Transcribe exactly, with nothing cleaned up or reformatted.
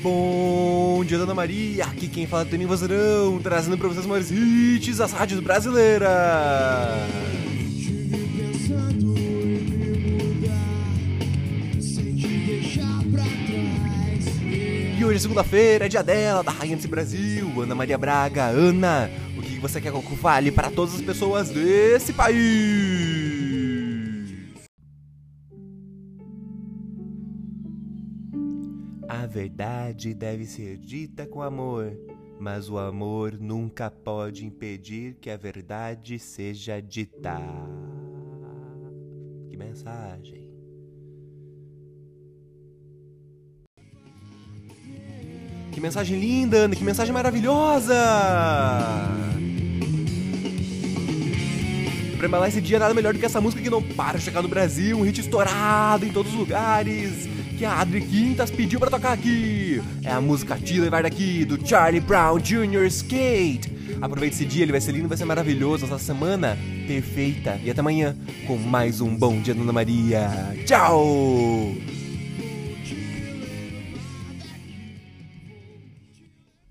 Bom dia, Dona Maria, aqui quem fala é Toninho Vozerão, trazendo pra vocês os maiores hits das rádios brasileiras. E hoje é segunda-feira, é dia dela, da rainha desse Brasil, Ana Maria Braga. Ana, o que você quer que eu fale para todas as pessoas desse país? A verdade deve ser dita com amor, mas o amor nunca pode impedir que a verdade seja dita. Que mensagem! Que mensagem linda, Ana! Que mensagem maravilhosa! Pra embalar esse dia, nada melhor do que essa música que não para de chegar no Brasil, um hit estourado em todos os lugares, que a Adri Quintas pediu pra tocar aqui. É a música Te Levar Daqui, do Charlie Brown Júnior Skate. Aproveite esse dia, ele vai ser lindo, vai ser maravilhoso, essa semana perfeita. E até amanhã com mais um Bom Dia, Dona Maria. Tchau!